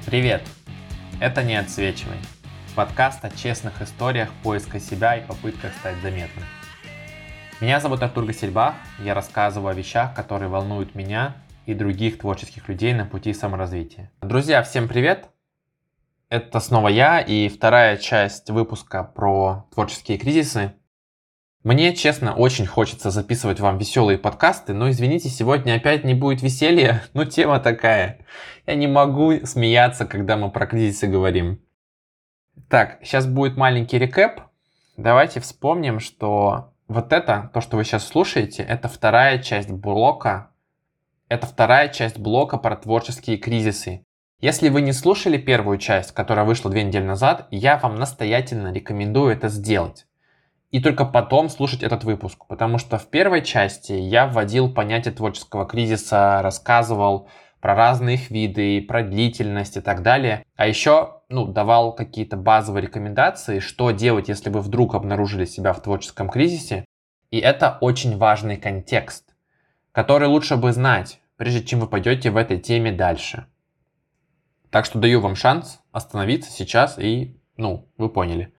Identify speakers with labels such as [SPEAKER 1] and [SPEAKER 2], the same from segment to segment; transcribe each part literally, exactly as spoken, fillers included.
[SPEAKER 1] Привет! Это «Не отсвечивай» – подкаст о честных историях поиска себя и попытках стать заметным. Меня зовут Артур Гасельбах, я рассказываю о вещах, которые волнуют меня и других творческих людей на пути саморазвития. Друзья, всем привет! Это снова я и вторая часть выпуска про творческие кризисы. Мне, честно, очень хочется записывать вам веселые подкасты, но, извините, сегодня опять не будет веселья, ну тема такая. Я не могу смеяться, когда мы про кризисы говорим. Так, сейчас будет маленький рекэп. Давайте вспомним, что вот это, то, что вы сейчас слушаете, это вторая часть блока. Это вторая часть блока про творческие кризисы. Если вы не слушали первую часть, которая вышла две недели назад, я вам настоятельно рекомендую это сделать. И только потом слушать этот выпуск, потому что в первой части я вводил понятие творческого кризиса, рассказывал про разные их виды, про длительность и так далее. А еще ну, давал какие-то базовые рекомендации, что делать, если вы вдруг обнаружили себя в творческом кризисе. И это очень важный контекст, который лучше бы знать, прежде чем вы пойдете в этой теме дальше. Так что даю вам шанс остановиться сейчас и, ну, вы поняли.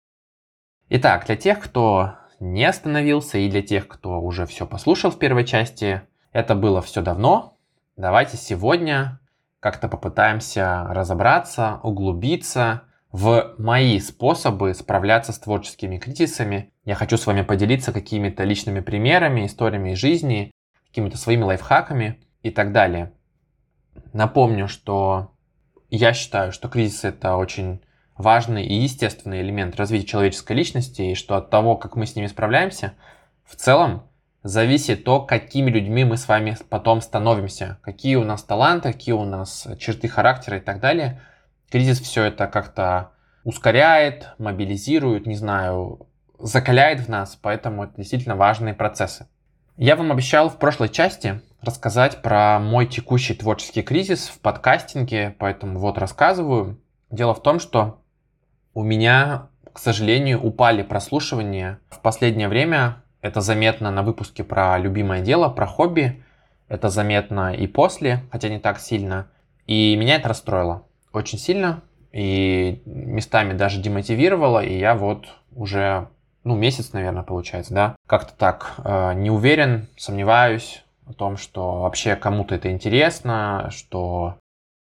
[SPEAKER 1] Итак, для тех, кто не остановился, и для тех, кто уже все послушал в первой части, это было все давно. Давайте сегодня как-то попытаемся разобраться, углубиться в мои способы справляться с творческими кризисами. Я хочу с вами поделиться какими-то личными примерами, историями из жизни, какими-то своими лайфхаками и так далее. Напомню, что я считаю, что кризис — это очень важный и естественный элемент развития человеческой личности, и что от того, как мы с ними справляемся, в целом зависит то, какими людьми мы с вами потом становимся, какие у нас таланты, какие у нас черты характера и так далее. Кризис все это как-то ускоряет, мобилизирует, не знаю, закаляет в нас, поэтому это действительно важные процессы. Я вам обещал в прошлой части рассказать про мой текущий творческий кризис в подкастинге, поэтому вот рассказываю. Дело в том, что у меня, к сожалению, упали прослушивания в последнее время. Это заметно на выпуске про любимое дело, про хобби. Это заметно и после, хотя не так сильно. И меня это расстроило очень сильно. И местами даже демотивировало. И я вот уже, ну, месяц, наверное, получается, да, как-то так э, не уверен, сомневаюсь о том, что вообще кому-то это интересно, что,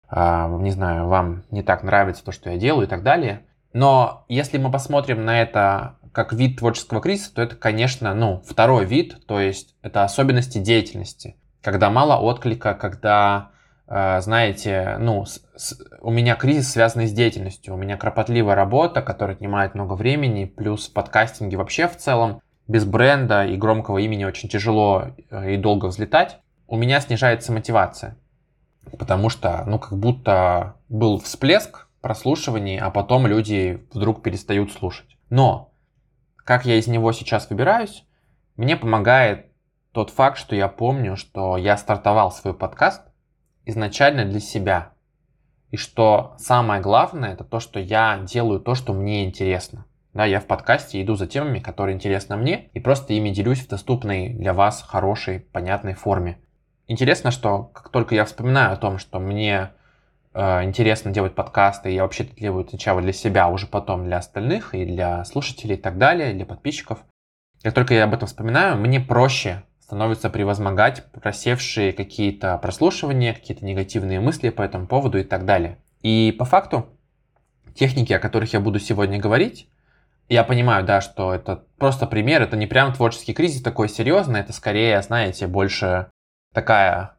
[SPEAKER 1] э, не знаю, вам не так нравится то, что я делаю и так далее. Но если мы посмотрим на это как вид творческого кризиса, то это, конечно, ну, второй вид, то есть это особенности деятельности. Когда мало отклика, когда, э, знаете, ну, с, с, у меня кризис, связанный с деятельностью. У меня кропотливая работа, которая отнимает много времени, плюс в подкастинге вообще в целом без бренда и громкого имени очень тяжело и долго взлетать. У меня снижается мотивация, потому что, ну, как будто был всплеск прослушиваний, а потом люди вдруг перестают слушать. Но как я из него сейчас выбираюсь, мне помогает тот факт, что я помню, что я стартовал свой подкаст изначально для себя. И что самое главное, это то, что я делаю то, что мне интересно. Да, я в подкасте иду за темами, которые интересны мне, и просто ими делюсь в доступной для вас хорошей, понятной форме. Интересно, что как только я вспоминаю о том, что мне интересно делать подкасты, я вообще-то делаю сначала для себя, уже потом для остальных, и для слушателей и так далее, для подписчиков. Как только я об этом вспоминаю, мне проще становится превозмогать просевшие какие-то прослушивания, какие-то негативные мысли по этому поводу и так далее. И по факту, техники, о которых я буду сегодня говорить, я понимаю, да, что это просто пример, это не прям творческий кризис такой серьезный, это скорее, знаете, больше такая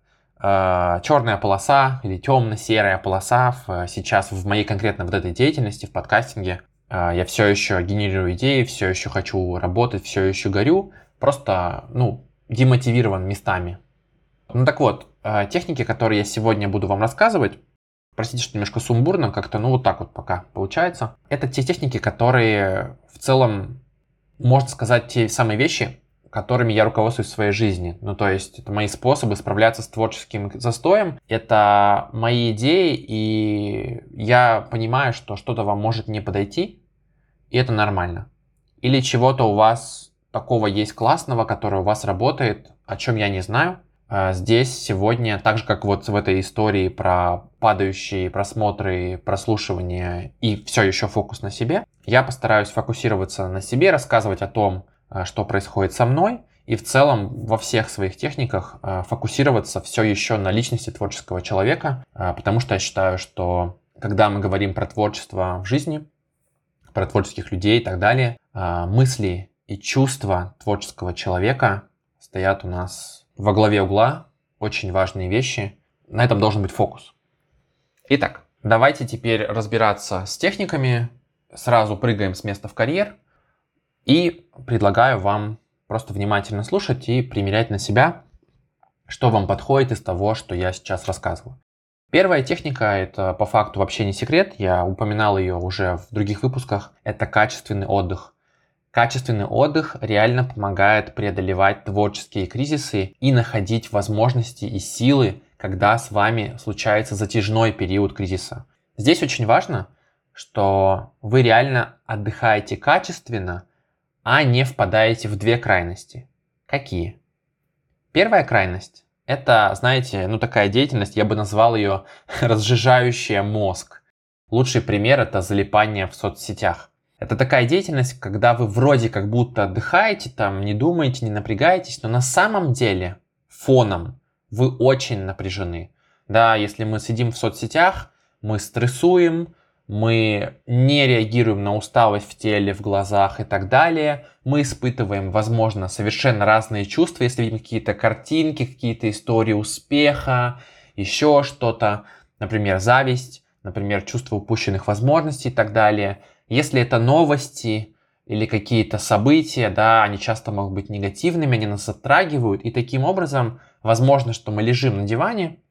[SPEAKER 1] черная полоса или темно-серая полоса в, сейчас в моей конкретно вот этой деятельности, в подкастинге. Я все еще генерирую идеи, все еще хочу работать, все еще горю, просто, ну, демотивирован местами. Ну так вот, техники, которые я сегодня буду вам рассказывать, простите, что немножко сумбурно, как-то, ну вот так вот пока получается. Это те техники, которые в целом, можно сказать, те самые вещи, которыми я руководствуюсь в своей жизни. Ну, то есть, это мои способы справляться с творческим застоем, это мои идеи, и я понимаю, что что-то вам может не подойти, и это нормально. Или чего-то у вас такого есть классного, которое у вас работает, о чем я не знаю, Здесь сегодня, так же как вот в этой истории про падающие просмотры, прослушивания и все еще фокус на себе, я постараюсь фокусироваться на себе, рассказывать о том, что происходит со мной, и в целом во всех своих техниках фокусироваться все еще на личности творческого человека, потому что я считаю, что когда мы говорим про творчество в жизни, про творческих людей и так далее, мысли и чувства творческого человека стоят у нас во главе угла, очень важные вещи. На этом должен быть фокус. Итак, давайте теперь разбираться с техниками. Сразу прыгаем с места в карьер. И предлагаю вам просто внимательно слушать и примерять на себя, что вам подходит из того, что я сейчас рассказываю. Первая техника, это по факту вообще не секрет, я упоминал ее уже в других выпусках, это качественный отдых. Качественный отдых реально помогает преодолевать творческие кризисы и находить возможности и силы, когда с вами случается затяжной период кризиса. Здесь очень важно, что вы реально отдыхаете качественно, а не впадаете в две крайности. Какие? Первая крайность – это, знаете, ну такая деятельность, я бы назвал ее разжижающая мозг. Лучший пример – это залипание в соцсетях. Это такая деятельность, когда вы вроде как будто отдыхаете, там, не думаете, не напрягаетесь, но на самом деле фоном вы очень напряжены. Да, если мы сидим в соцсетях, мы стрессуем, мы не реагируем на усталость в теле, в глазах и так далее. Мы испытываем, возможно, совершенно разные чувства, если видим какие-то картинки, какие-то истории успеха, еще что-то, например, зависть, например, чувство упущенных возможностей и так далее. Если это новости или какие-то события, да, они часто могут быть негативными, они нас затрагивают, и таким образом возможно, что мы лежим на диване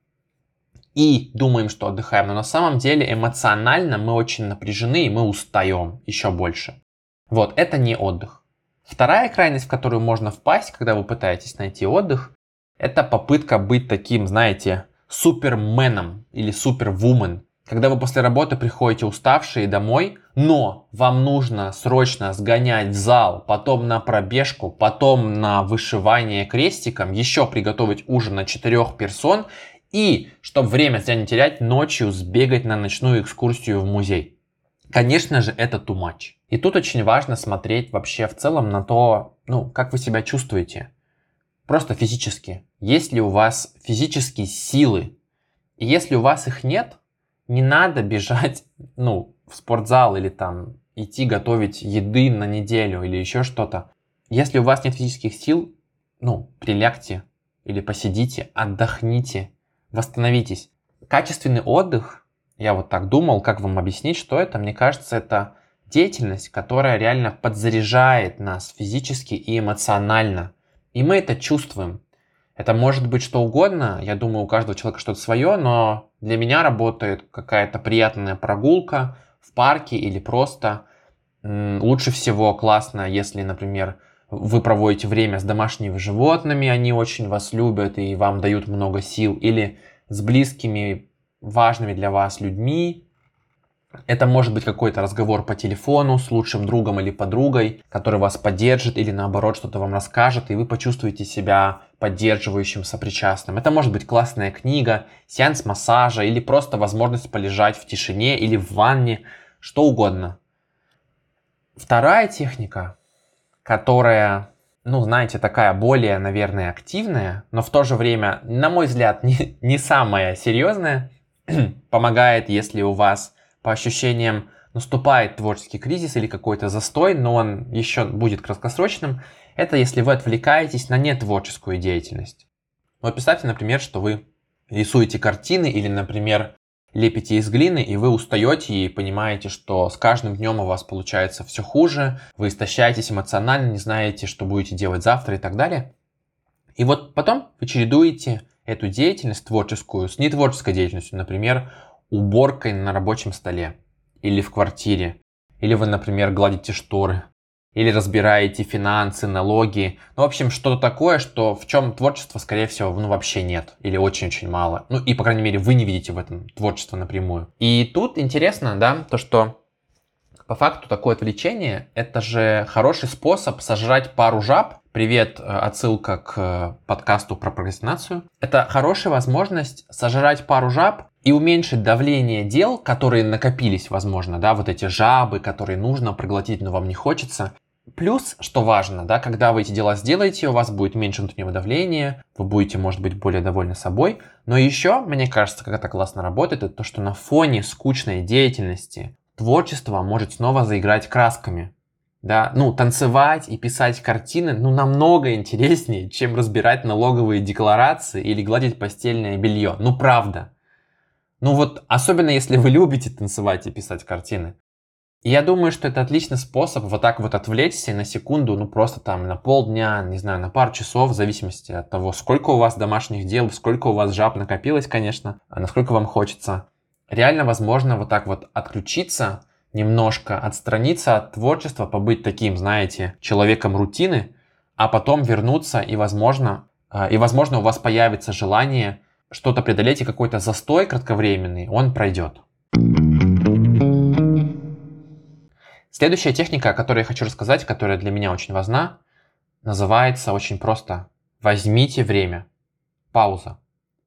[SPEAKER 1] и думаем, что отдыхаем, но на самом деле эмоционально мы очень напряжены и мы устаем еще больше. Вот, это не отдых. Вторая крайность, в которую можно впасть, когда вы пытаетесь найти отдых, это попытка быть таким, знаете, суперменом или супервумен. Когда вы после работы приходите уставшие домой, но вам нужно срочно сгонять в зал, потом на пробежку, потом на вышивание крестиком, еще приготовить ужин на четырех персон и, чтобы время зря не терять, ночью сбегать на ночную экскурсию в музей. Конечно же, это too much. И тут очень важно смотреть вообще в целом на то, ну, как вы себя чувствуете. Просто физически. Есть ли у вас физические силы? И если у вас их нет, не надо бежать, ну, в спортзал или там идти готовить еды на неделю или еще что-то. Если у вас нет физических сил, ну, прилягте или посидите, отдохните, восстановитесь. Качественный отдых, я вот так думал, как вам объяснить, что это, мне кажется, это деятельность, которая реально подзаряжает нас физически и эмоционально. И мы это чувствуем. Это может быть что угодно, я думаю, у каждого человека что-то свое, но для меня работает какая-то приятная прогулка в парке или просто. Лучше всего классно, если, например, вы проводите время с домашними животными, они очень вас любят и вам дают много сил, или с близкими, важными для вас людьми. Это может быть какой-то разговор по телефону с лучшим другом или подругой, который вас поддержит или наоборот что-то вам расскажет, и вы почувствуете себя поддерживающим, сопричастным. Это может быть классная книга, сеанс массажа или просто возможность полежать в тишине или в ванне, что угодно. Вторая техника, которая, ну знаете, такая более, наверное, активная, но в то же время, на мой взгляд, не, не самая серьезная, помогает, если у вас по ощущениям наступает творческий кризис или какой-то застой, но он еще будет краткосрочным, это если вы отвлекаетесь на нетворческую деятельность. Вот представьте, например, что вы рисуете картины или, например, лепите из глины, и вы устаете и понимаете, что с каждым днем у вас получается все хуже, вы истощаетесь эмоционально, не знаете, что будете делать завтра и так далее. И вот потом вы чередуете эту деятельность творческую с нетворческой деятельностью, например, уборкой на рабочем столе или в квартире, или вы, например, гладите шторы, или разбираете финансы, налоги, ну, в общем, что-то такое, что в чем творчества, скорее всего, ну, вообще нет, или очень-очень мало, ну, и, по крайней мере, вы не видите в этом творчество напрямую. И тут интересно, да, то, что По факту такое отвлечение — это же хороший способ сожрать пару жаб. Привет, отсылка к подкасту про прокрастинацию. Это хорошая возможность сожрать пару жаб и уменьшить давление дел, которые накопились, возможно, да, вот эти жабы, которые нужно проглотить, но вам не хочется. Плюс, что важно, да, когда вы эти дела сделаете, у вас будет меньше внутреннего давления, вы будете, может быть, более довольны собой. Но еще, мне кажется, как это классно работает, это то, что на фоне скучной деятельности творчество может снова заиграть красками. Да, ну, танцевать и писать картины, ну, намного интереснее, чем разбирать налоговые декларации или гладить постельное белье. Ну, правда. Ну, вот, особенно если вы любите танцевать и писать картины. И я думаю, что это отличный способ вот так вот отвлечься на секунду, ну, просто там на полдня, не знаю, на пару часов, в зависимости от того, сколько у вас домашних дел, сколько у вас жаб накопилось, конечно, а насколько вам хочется. Реально возможно вот так вот отключиться, немножко отстраниться от творчества, побыть таким, знаете, человеком рутины, а потом вернуться, и, возможно, и, возможно, у вас появится желание что-то преодолеть, и какой-то застой кратковременный, он пройдет. Следующая техника, о которой я хочу рассказать, которая для меня очень важна, называется очень просто «возьмите время». Пауза.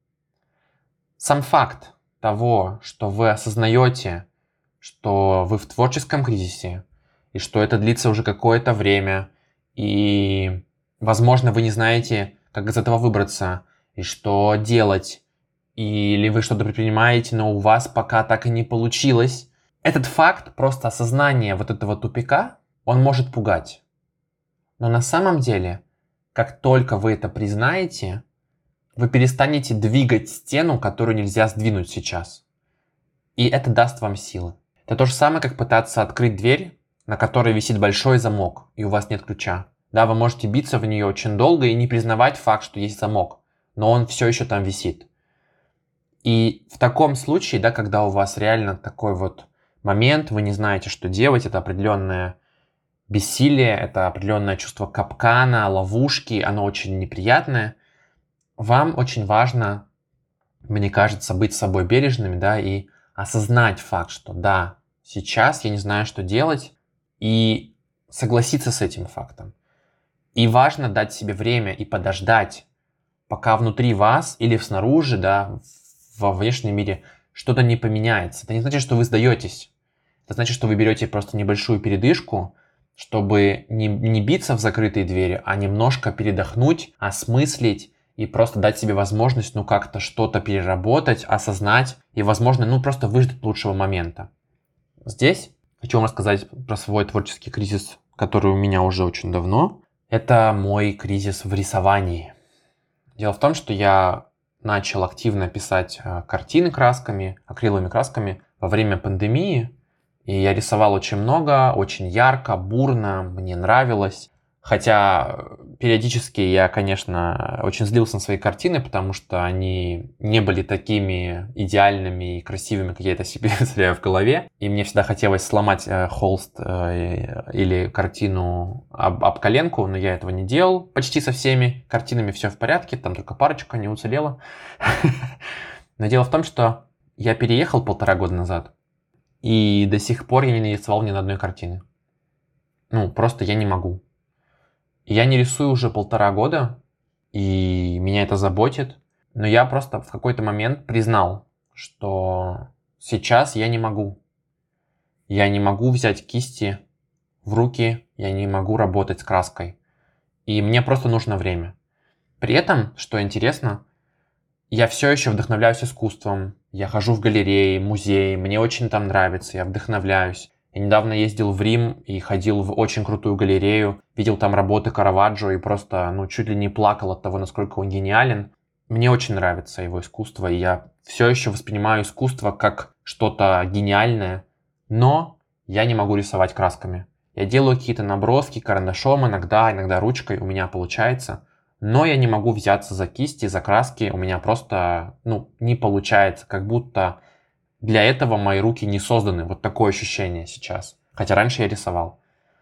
[SPEAKER 1] Сам факт того, что вы осознаете, что вы в творческом кризисе, и что это длится уже какое-то время, и, возможно, вы не знаете, как из этого выбраться, и что делать, или вы что-то предпринимаете, но у вас пока так и не получилось. Этот факт, просто осознание вот этого тупика, он может пугать. Но на самом деле, как только вы это признаете, вы перестанете двигать стену, которую нельзя сдвинуть сейчас. И это даст вам силы. Это то же самое, как пытаться открыть дверь, на которой висит большой замок, и у вас нет ключа. Да, вы можете биться в нее очень долго и не признавать факт, что есть замок, но он все еще там висит. И в таком случае, да, когда у вас реально такой вот момент, вы не знаете, что делать, это определенное бессилие, это определенное чувство капкана, ловушки, оно очень неприятное. Вам очень важно, мне кажется, быть с собой бережными, да, и осознать факт, что да, сейчас я не знаю, что делать, и согласиться с этим фактом. И важно дать себе время и подождать, пока внутри вас или снаружи, да, во внешнем мире что-то не поменяется. Это не значит, что вы сдаетесь. Это значит, что вы берете просто небольшую передышку, чтобы не, не биться в закрытые двери, а немножко передохнуть, осмыслить и просто дать себе возможность, ну, как-то что-то переработать, осознать и, возможно, ну, просто выждать лучшего момента. Здесь хочу вам рассказать про свой творческий кризис, который у меня уже очень давно. Это мой кризис в рисовании. Дело в том, что я начал активно писать картины красками, акриловыми красками во время пандемии. И я рисовал очень много, очень ярко, бурно, мне нравилось. Хотя периодически я, конечно, очень злился на свои картины, потому что они не были такими идеальными и красивыми, как я это себе представляю в голове. И мне всегда хотелось сломать э, холст э, или картину об, об коленку, но я этого не делал. Почти со всеми картинами все в порядке, там только парочка не уцелела. Но дело в том, что я переехал полтора года назад, и до сих пор я не нарисовал ни на одной картины. Ну, просто я не могу. Я не рисую уже полтора года, и меня это заботит. Но я просто в какой-то момент признал, что сейчас я не могу. Я не могу взять кисти в руки, я не могу работать с краской. И мне просто нужно время. При этом, что интересно, я все еще вдохновляюсь искусством. Я хожу в галереи, музеи, мне очень там нравится, я вдохновляюсь. Я недавно ездил в Рим и ходил в очень крутую галерею, видел там работы Караваджо и просто, ну, чуть ли не плакал от того, насколько он гениален. Мне очень нравится его искусство, и я все еще воспринимаю искусство как что-то гениальное, но я не могу рисовать красками. Я делаю какие-то наброски карандашом иногда, иногда ручкой, у меня получается, но я не могу взяться за кисти, за краски, у меня просто, ну, не получается, как будто для этого мои руки не созданы. Вот такое ощущение сейчас. Хотя раньше я рисовал.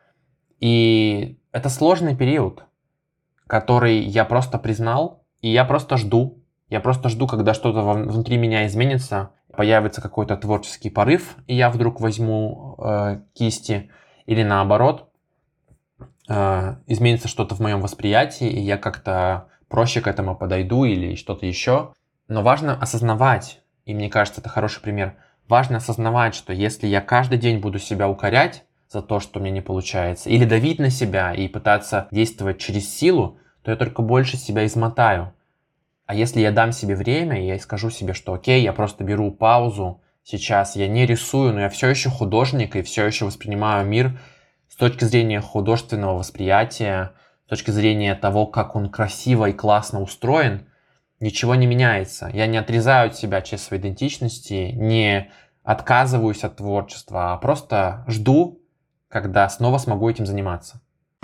[SPEAKER 1] И это сложный период, который я просто признал, и я просто жду. Я просто жду, когда что-то внутри меня изменится, появится какой-то творческий порыв, и я вдруг возьму э, кисти, или наоборот, э, изменится что-то в моем восприятии, и я как-то проще к этому подойду или что-то еще. Но важно осознавать, и мне кажется, это хороший пример, важно осознавать, что если я каждый день буду себя укорять за то, что мне не получается, или давить на себя и пытаться действовать через силу, то я только больше себя измотаю. А если я дам себе время, и я скажу себе, что окей, я просто беру паузу, сейчас я не рисую, но я все еще художник и все еще воспринимаю мир с точки зрения художественного восприятия, с точки зрения того, как он красиво и классно устроен, ничего не меняется. Я не отрезаю от себя часть своей идентичности, не отказываюсь от творчества, а просто жду, когда снова смогу этим заниматься.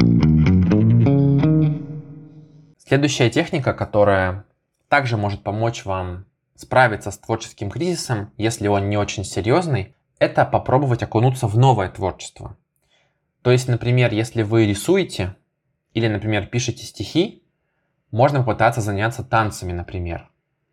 [SPEAKER 1] Следующая техника, которая также может помочь вам справиться с творческим кризисом, если он не очень серьезный, это попробовать окунуться в новое творчество. То есть, например, если вы рисуете или, например, пишете стихи, можно попытаться заняться танцами, например.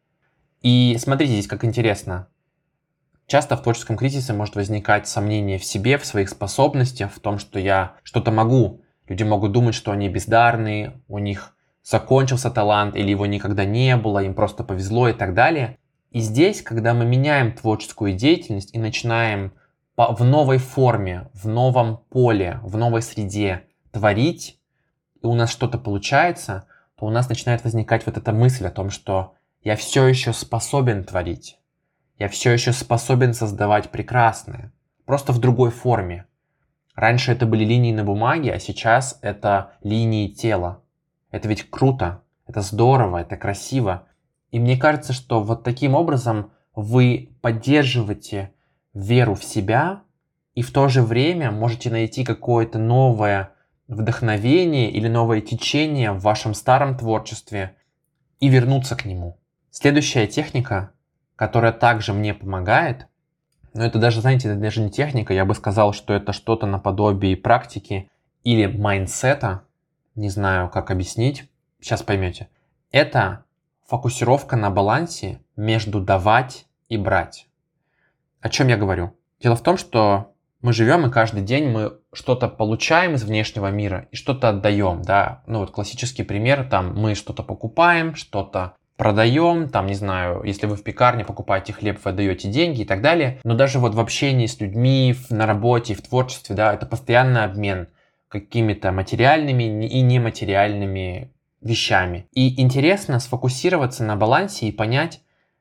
[SPEAKER 1] И смотрите, здесь как интересно. Часто в творческом кризисе может возникать сомнение в себе, в своих способностях, в том, что я что-то могу. Люди могут думать, что они бездарные, у них закончился талант или его никогда не было, им просто повезло и так далее. И здесь, когда мы меняем творческую деятельность и начинаем в новой форме, в новом поле, в новой среде творить, и у нас что-то получается, то у нас начинает возникать вот эта мысль о том, что я все еще способен творить, я все еще способен создавать прекрасное, просто в другой форме. Раньше это были линии на бумаге, а сейчас это линии тела. Это ведь круто, это здорово, это красиво. И мне кажется, что вот таким образом вы поддерживаете веру в себя и в то же время можете найти какое-то новое вдохновение или новое течение в вашем старом творчестве и вернуться к нему. Следующая техника, которая также мне помогает, но это даже, знаете, это даже не техника, я бы сказал, что это что-то наподобие практики или майндсета, не знаю, как объяснить, сейчас поймете. Это фокусировка на балансе между давать и брать. О чем я говорю? Дело в том, что мы живем, и каждый день мы что-то получаем из внешнего мира и что-то отдаем, да. Ну вот классический пример, там мы что-то покупаем, что-то продаем, там, не знаю, если вы в пекарне покупаете хлеб, вы отдаете деньги и так далее. Но даже вот в общении с людьми, на работе, в творчестве, да, это постоянный обмен какими-то материальными и нематериальными вещами. И интересно сфокусироваться на балансе и понять,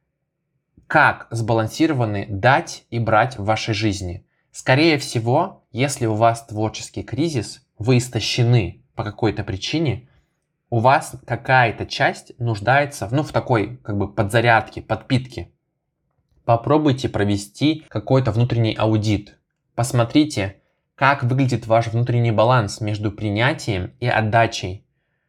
[SPEAKER 1] как сбалансированы дать и брать в вашей жизни. Скорее всего, если у вас творческий кризис, вы истощены по какой-то причине, у вас какая-то часть нуждается ну, в такой как бы подзарядке, подпитке. Попробуйте провести какой-то внутренний аудит. Посмотрите, как выглядит ваш внутренний баланс между принятием и отдачей.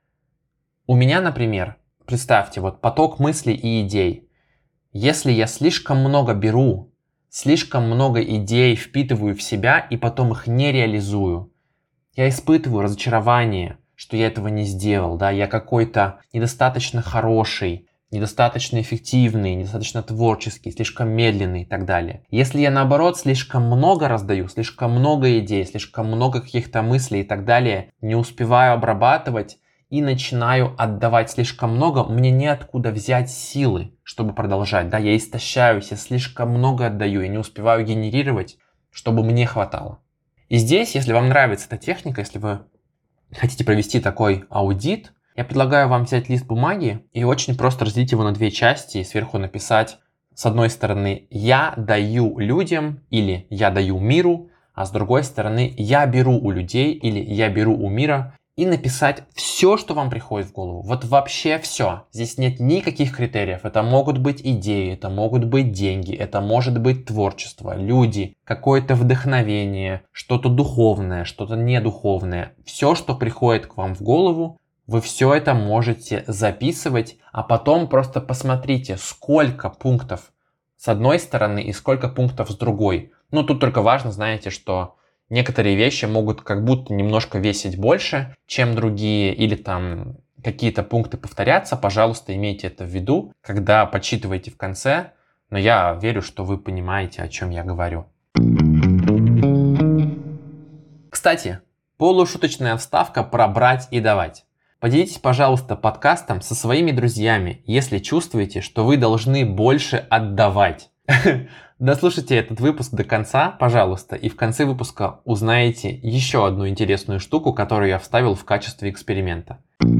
[SPEAKER 1] У меня, например, представьте, вот поток мыслей и идей. Если я слишком много беру, слишком много идей впитываю в себя и потом их не реализую, я испытываю разочарование, что я этого не сделал, да, я какой-то недостаточно хороший, недостаточно эффективный, недостаточно творческий, слишком медленный и так далее. Если я, наоборот, слишком много раздаю, слишком много идей, слишком много каких-то мыслей и так далее, не успеваю обрабатывать и начинаю отдавать слишком много, мне неоткуда взять силы, чтобы продолжать. Да, я истощаюсь, я слишком много отдаю, я не успеваю генерировать, чтобы мне хватало. И здесь, если вам нравится эта техника, если вы хотите провести такой аудит, я предлагаю вам взять лист бумаги и очень просто разделить его на две части и сверху написать с одной стороны «я даю людям» или «я даю миру», а с другой стороны «я беру у людей» или «я беру у мира», и написать все, что вам приходит в голову. Вот вообще все. Здесь нет никаких критериев. Это могут быть идеи, это могут быть деньги, это может быть творчество, люди, какое-то вдохновение, что-то духовное, что-то недуховное. Все, что приходит к вам в голову, вы все это можете записывать, а потом просто посмотрите, сколько пунктов с одной стороны и сколько пунктов с другой. Ну, тут только важно, знаете, что некоторые вещи могут как будто немножко весить больше, чем другие, или там какие-то пункты повторятся, пожалуйста, имейте это в виду, когда подсчитываете в конце, но я верю, что вы понимаете, о чем я говорю. Кстати, полушуточная вставка про брать и давать. Поделитесь, пожалуйста, подкастом со своими друзьями, если чувствуете, что вы должны больше отдавать. Дослушайте этот выпуск до конца, пожалуйста, и в конце выпуска узнаете еще одну интересную штуку, которую я вставил в качестве эксперимента.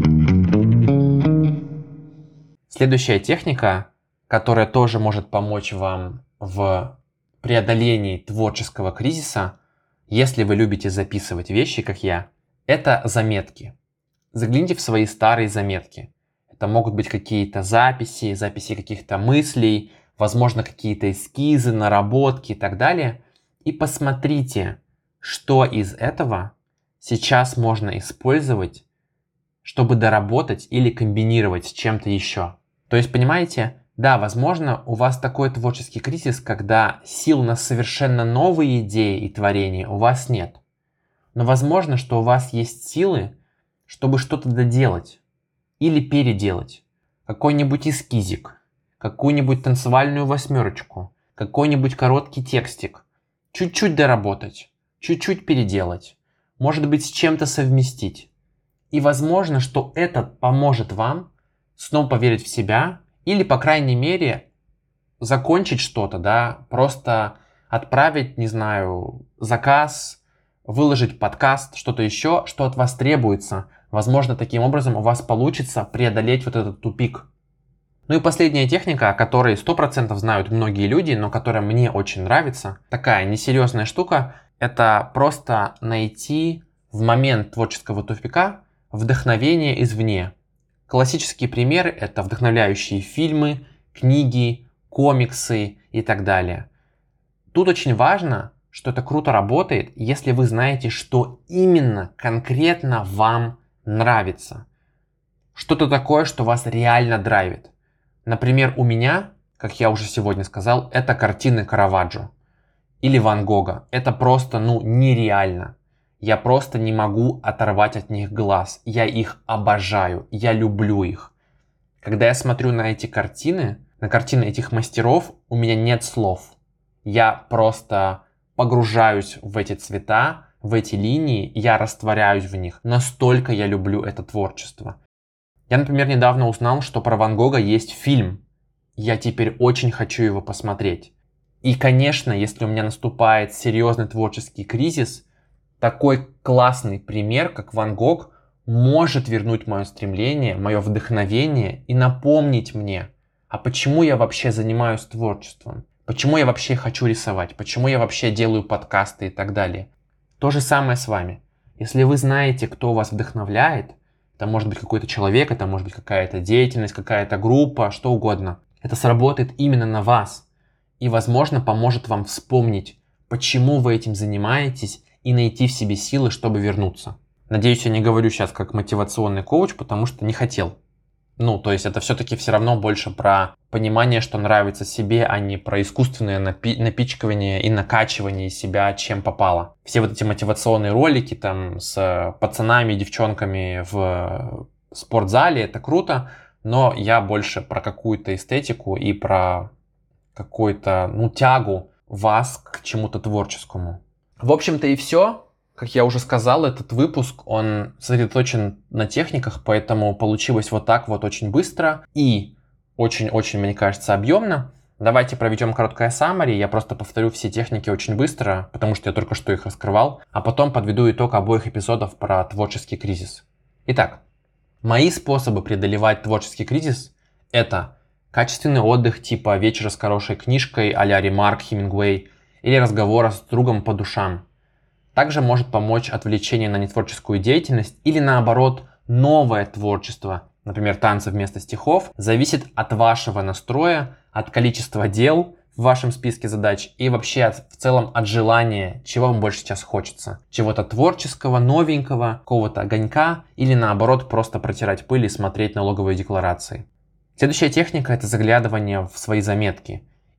[SPEAKER 1] Следующая техника, которая тоже может помочь вам в преодолении творческого кризиса, если вы любите записывать вещи, как я, это заметки. Загляните в свои старые заметки. Это могут быть какие-то записи, записи каких-то мыслей, возможно, какие-то эскизы, наработки и так далее. И посмотрите, что из этого сейчас можно использовать, чтобы доработать или комбинировать с чем-то еще. То есть, понимаете, да, возможно, у вас такой творческий кризис, когда сил на совершенно новые идеи и творения у вас нет. Но возможно, что у вас есть силы, чтобы что-то доделать или переделать. Какой-нибудь эскизик, какую-нибудь танцевальную восьмерочку, какой-нибудь короткий текстик. Чуть-чуть доработать, чуть-чуть переделать. Может быть, с чем-то совместить. И возможно, что это поможет вам снова поверить в себя или, по крайней мере, закончить что-то, да, просто отправить, не знаю, заказ, выложить подкаст, что-то еще, что от вас требуется. Возможно, таким образом у вас получится преодолеть вот этот тупик. Ну и последняя техника, о которой сто процентов знают многие люди, но которая мне очень нравится, такая несерьезная штука, это просто найти в момент творческого тупика вдохновение извне. Классические примеры – это вдохновляющие фильмы, книги, комиксы и так далее. Тут очень важно, что это круто работает, если вы знаете, что именно конкретно вам нравится. Что-то такое, что вас реально драйвит. Например, у меня, как я уже сегодня сказал, это картины Караваджо или Ван Гога. Это просто, ну, нереально. Я просто не могу оторвать от них глаз. Я их обожаю, я люблю их. Когда я смотрю на эти картины, на картины этих мастеров, у меня нет слов. Я просто погружаюсь в эти цвета, в эти линии, я растворяюсь в них. Настолько я люблю это творчество. Я, например, недавно узнал, что про Ван Гога есть фильм. Я теперь очень хочу его посмотреть. И, конечно, если у меня наступает серьезный творческий кризис, такой классный пример, как Ван Гог, может вернуть мое стремление, мое вдохновение и напомнить мне, а почему я вообще занимаюсь творчеством, почему я вообще хочу рисовать, почему я вообще делаю подкасты и так далее. То же самое с вами. Если вы знаете, кто вас вдохновляет, это может быть какой-то человек, это может быть какая-то деятельность, какая-то группа, что угодно. Это сработает именно на вас. И, возможно, поможет вам вспомнить, почему вы этим занимаетесь, и найти в себе силы, чтобы вернуться. Надеюсь, я не говорю сейчас как мотивационный коуч, потому что не хотел. Ну, то есть это все-таки все равно больше про понимание, что нравится себе, а не про искусственное напи- напичкивание и накачивание себя, чем попало. Все вот эти мотивационные ролики там с пацанами и девчонками в спортзале, это круто, но я больше про какую-то эстетику и про какую-то, ну, тягу вас к чему-то творческому. В общем-то и все. Как я уже сказал, этот выпуск, он сосредоточен на техниках, поэтому получилось вот так вот очень быстро и очень-очень, мне кажется, объемно. Давайте проведем короткое саммари, я просто повторю все техники очень быстро, потому что я только что их раскрывал, а потом подведу итог обоих эпизодов про творческий кризис. Итак, мои способы преодолевать творческий кризис – это качественный отдых типа вечера с хорошей книжкой а-ля Ремарк, Хемингуэй или разговора с другом по душам. Также может помочь отвлечение на нетворческую деятельность или наоборот новое творчество, например, танцы вместо стихов, зависит от вашего настроя, от количества дел в вашем списке задач и вообще от, в целом от желания, чего вам больше сейчас хочется. Чего-то творческого, новенького, какого-то огонька или наоборот просто протирать пыль и смотреть налоговые декларации. Следующая техника – это заглядывание в свои заметки.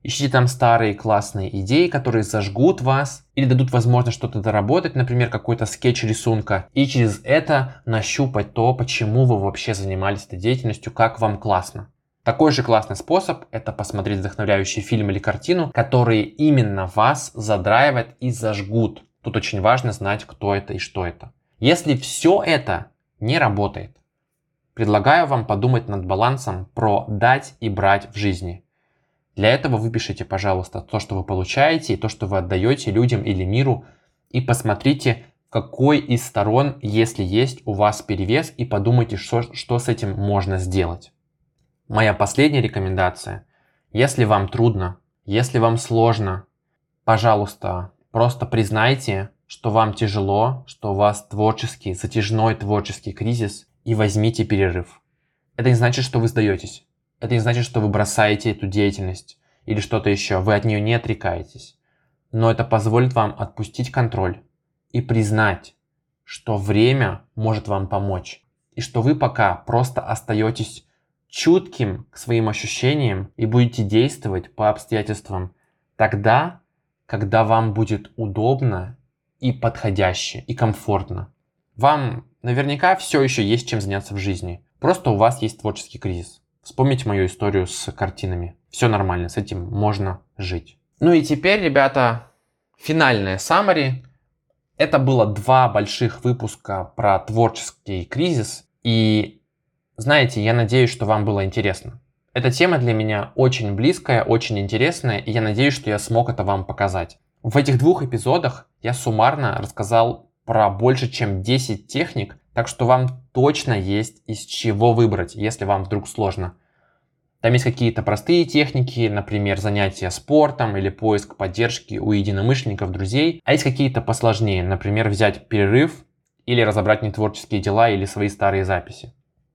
[SPEAKER 1] Ищите там старые классные идеи, которые зажгут вас или дадут возможность что-то доработать, например, какой-то скетч рисунка, и через это нащупать то, почему вы вообще занимались этой деятельностью, как вам классно. Такой же классный способ – это посмотреть вдохновляющий фильм или картину, которые именно вас задраивают и зажгут. Тут очень важно знать, кто это и что это. Если все это не работает, предлагаю вам подумать над балансом про дать и брать в жизни. Для этого выпишите, пожалуйста, то, что вы получаете, и то, что вы отдаете людям или миру, и посмотрите, какой из сторон, если есть, у вас перевес, и подумайте, что, что с этим можно сделать. Моя последняя рекомендация. Если вам трудно, если вам сложно, пожалуйста, просто признайте, что вам тяжело, что у вас творческий, затяжной творческий кризис, и возьмите перерыв. Это не значит, что вы сдаетесь. Это не значит, что вы бросаете эту деятельность или что-то еще. Вы от нее не отрекаетесь. Но это позволит вам отпустить контроль и признать, что время может вам помочь. И что вы пока просто остаетесь чутким к своим ощущениям и будете действовать по обстоятельствам тогда, когда вам будет удобно и подходяще, и комфортно. Вам наверняка все еще есть чем заняться в жизни. Просто у вас есть творческий кризис. Вспомните мою историю с картинами. Все нормально, с этим можно жить. Ну и теперь, ребята, финальное summary. Это было два больших выпуска про творческий кризис. И знаете, я надеюсь, что вам было интересно. Эта тема для меня очень близкая, очень интересная, и я надеюсь, что я смог это вам показать. В этих двух эпизодах я суммарно рассказал про больше чем десять техник, так что вам точно есть из чего выбрать, если вам вдруг сложно. Там есть какие-то простые техники, например, занятия спортом или поиск поддержки у единомышленников, друзей. А есть какие-то посложнее, например, взять перерыв или разобрать нетворческие дела или свои старые записи.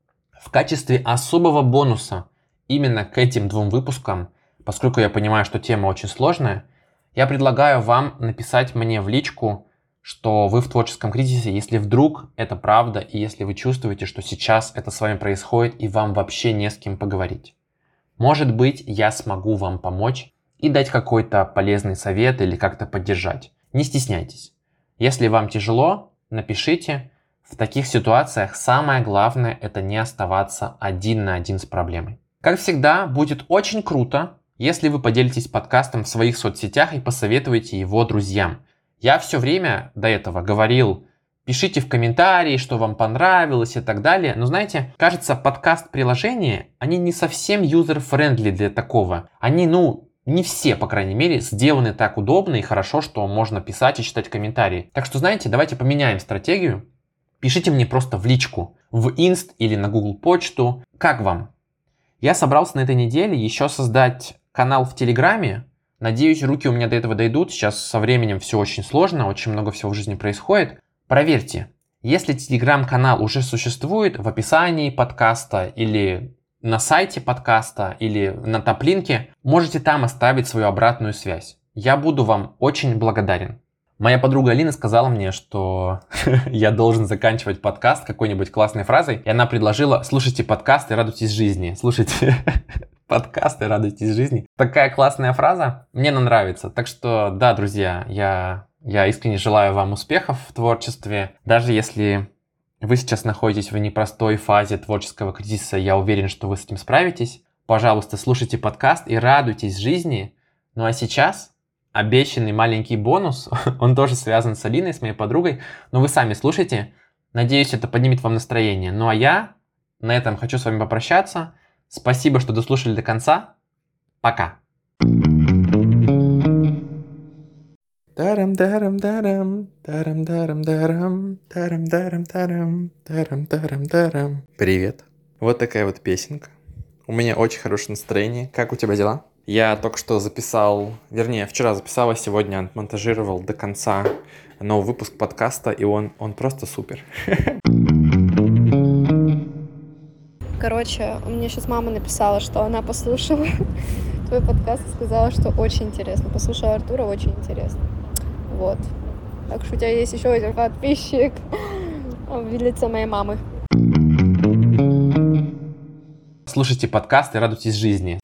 [SPEAKER 1] В качестве особого бонуса именно к этим двум выпускам, поскольку я понимаю, что тема очень сложная, я предлагаю вам написать мне в личку, что вы в творческом кризисе, если вдруг это правда, и если вы чувствуете, что сейчас это с вами происходит, и вам вообще не с кем поговорить. Может быть, я смогу вам помочь и дать какой-то полезный совет или как-то поддержать. Не стесняйтесь. Если вам тяжело, напишите. В таких ситуациях самое главное – это не оставаться один на один с проблемой. Как всегда, будет очень круто, если вы поделитесь подкастом в своих соцсетях и посоветуете его друзьям. Я все время до этого говорил, пишите в комментарии, что вам понравилось и так далее. Но знаете, кажется, подкаст-приложения, они не совсем юзер-френдли для такого. Они, ну, не все, по крайней мере, сделаны так удобно и хорошо, что можно писать и читать комментарии. Так что, знаете, давайте поменяем стратегию. Пишите мне просто в личку, в инст или на Google почту. Как вам? Я собрался на этой неделе еще создать канал в Телеграме. Надеюсь, руки у меня до этого дойдут. Сейчас со временем все очень сложно, очень много всего в жизни происходит. Проверьте, если Телеграм-канал уже существует, в описании подкаста или на сайте подкаста или на топлинке, можете там оставить свою обратную связь. Я буду вам очень благодарен. Моя подруга Алина сказала мне, что я должен заканчивать подкаст какой-нибудь классной фразой, и она предложила: слушайте подкаст и радуйтесь жизни. Слушайте подкаст и радуйтесь жизни. Такая классная фраза, мне она нравится. Так что, да, друзья, я, я искренне желаю вам успехов в творчестве. Даже если вы сейчас находитесь в непростой фазе творческого кризиса, я уверен, что вы с этим справитесь. Пожалуйста, слушайте подкаст и радуйтесь жизни. Ну а сейчас обещанный маленький бонус, он тоже связан с Алиной, с моей подругой, но вы сами слушайте. Надеюсь, это поднимет вам настроение. Ну а я на этом хочу с вами попрощаться. Спасибо, что дослушали до конца. Пока. Привет. Вот такая вот песенка. У меня очень хорошее настроение. Как у тебя дела? Я только что записал, вернее, вчера записал, а сегодня монтажировал до конца новый выпуск подкаста, и он, он просто супер.
[SPEAKER 2] Короче, мне сейчас мама написала, что она послушала твой подкаст и сказала, что очень интересно. Послушала Артура, очень интересно. Вот. Так что у тебя есть еще один подписчик в лице моей мамы.
[SPEAKER 1] Слушайте подкаст и радуйтесь жизни.